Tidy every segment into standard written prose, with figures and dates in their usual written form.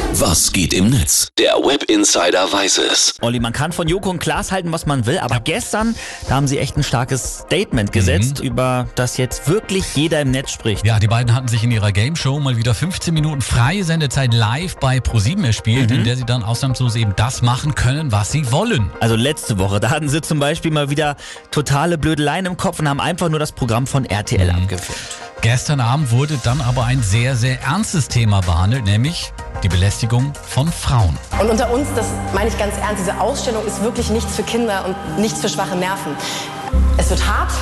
Was geht im Netz? Der Web Insider weiß es. Olli, man kann von Joko und Klaas halten, was man will, aber gestern, da haben sie echt ein starkes Statement gesetzt, über das jetzt wirklich jeder im Netz spricht. Ja, die beiden hatten sich in ihrer Game-Show mal wieder 15 Minuten freie Sendezeit live bei ProSieben erspielt, in der sie dann ausnahmslos eben das machen können, was sie wollen. Also letzte Woche, da hatten sie zum Beispiel mal wieder totale Blödeleien im Kopf und haben einfach nur das Programm von RTL abgefilmt. Gestern Abend wurde dann aber ein sehr, sehr ernstes Thema behandelt, nämlich die Belästigung von Frauen. Und unter uns, das meine ich ganz ernst, diese Ausstellung ist wirklich nichts für Kinder und nichts für schwache Nerven. Es wird hart,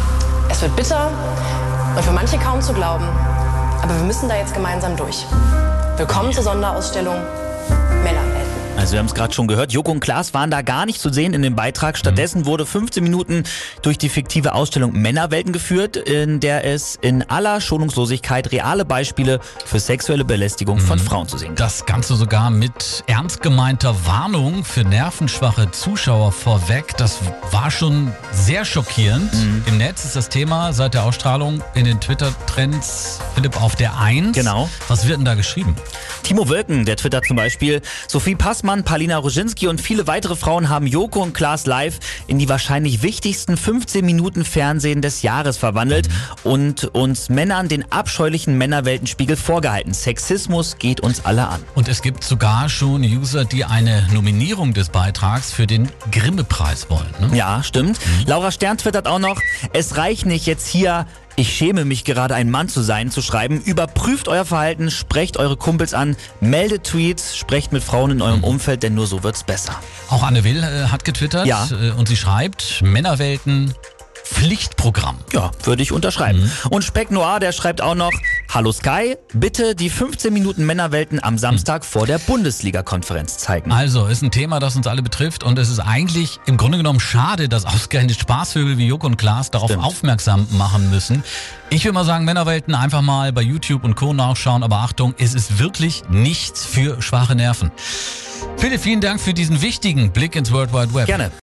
es wird bitter und für manche kaum zu glauben. Aber wir müssen da jetzt gemeinsam durch. Willkommen zur Sonderausstellung Männerwelten. Also wir haben es gerade schon gehört, Joko und Klaas waren da gar nicht zu sehen in dem Beitrag. Stattdessen wurde 15 Minuten durch die fiktive Ausstellung Männerwelten geführt, in der es in aller Schonungslosigkeit reale Beispiele für sexuelle Belästigung von Frauen zu sehen gibt. Das Ganze sogar mit ernst gemeinter Warnung für nervenschwache Zuschauer vorweg. Das war schon sehr schockierend. Im Netz ist das Thema seit der Ausstrahlung in den Twitter-Trends, Philipp, auf der 1. Genau. Was wird denn da geschrieben? Timo Wölken, der twittert zum Beispiel: Sophie Passmann, Paulina Roginski und viele weitere Frauen haben Joko und Klaas live in die wahrscheinlich wichtigsten 15 Minuten Fernsehen des Jahres verwandelt und uns Männern den abscheulichen Männerweltenspiegel vorgehalten. Sexismus geht uns alle an. Und es gibt sogar schon User, die eine Nominierung des Beitrags für den Grimme-Preis wollen. Ne? Ja, stimmt. Laura Stern twittert auch noch: Es reicht nicht jetzt hier "Ich schäme mich gerade ein Mann zu sein" zu schreiben. Überprüft euer Verhalten, sprecht eure Kumpels an, meldet Tweets, sprecht mit Frauen in eurem Umfeld, denn nur so wird's besser. Auch Anne Will hat getwittert und sie schreibt: Männerwelten Pflichtprogramm. Ja, würde ich unterschreiben. Und Speck Noir, der schreibt auch noch: Hallo Sky, bitte die 15 Minuten Männerwelten am Samstag vor der Bundesliga-Konferenz zeigen. Also, ist ein Thema, das uns alle betrifft und es ist eigentlich im Grunde genommen schade, dass ausgerechnet Spaßvögel wie Joko und Klaas darauf aufmerksam machen müssen. Ich würde mal sagen, Männerwelten einfach mal bei YouTube und Co. nachschauen, aber Achtung, es ist wirklich nichts für schwache Nerven. Philipp, vielen Dank für diesen wichtigen Blick ins World Wide Web. Gerne.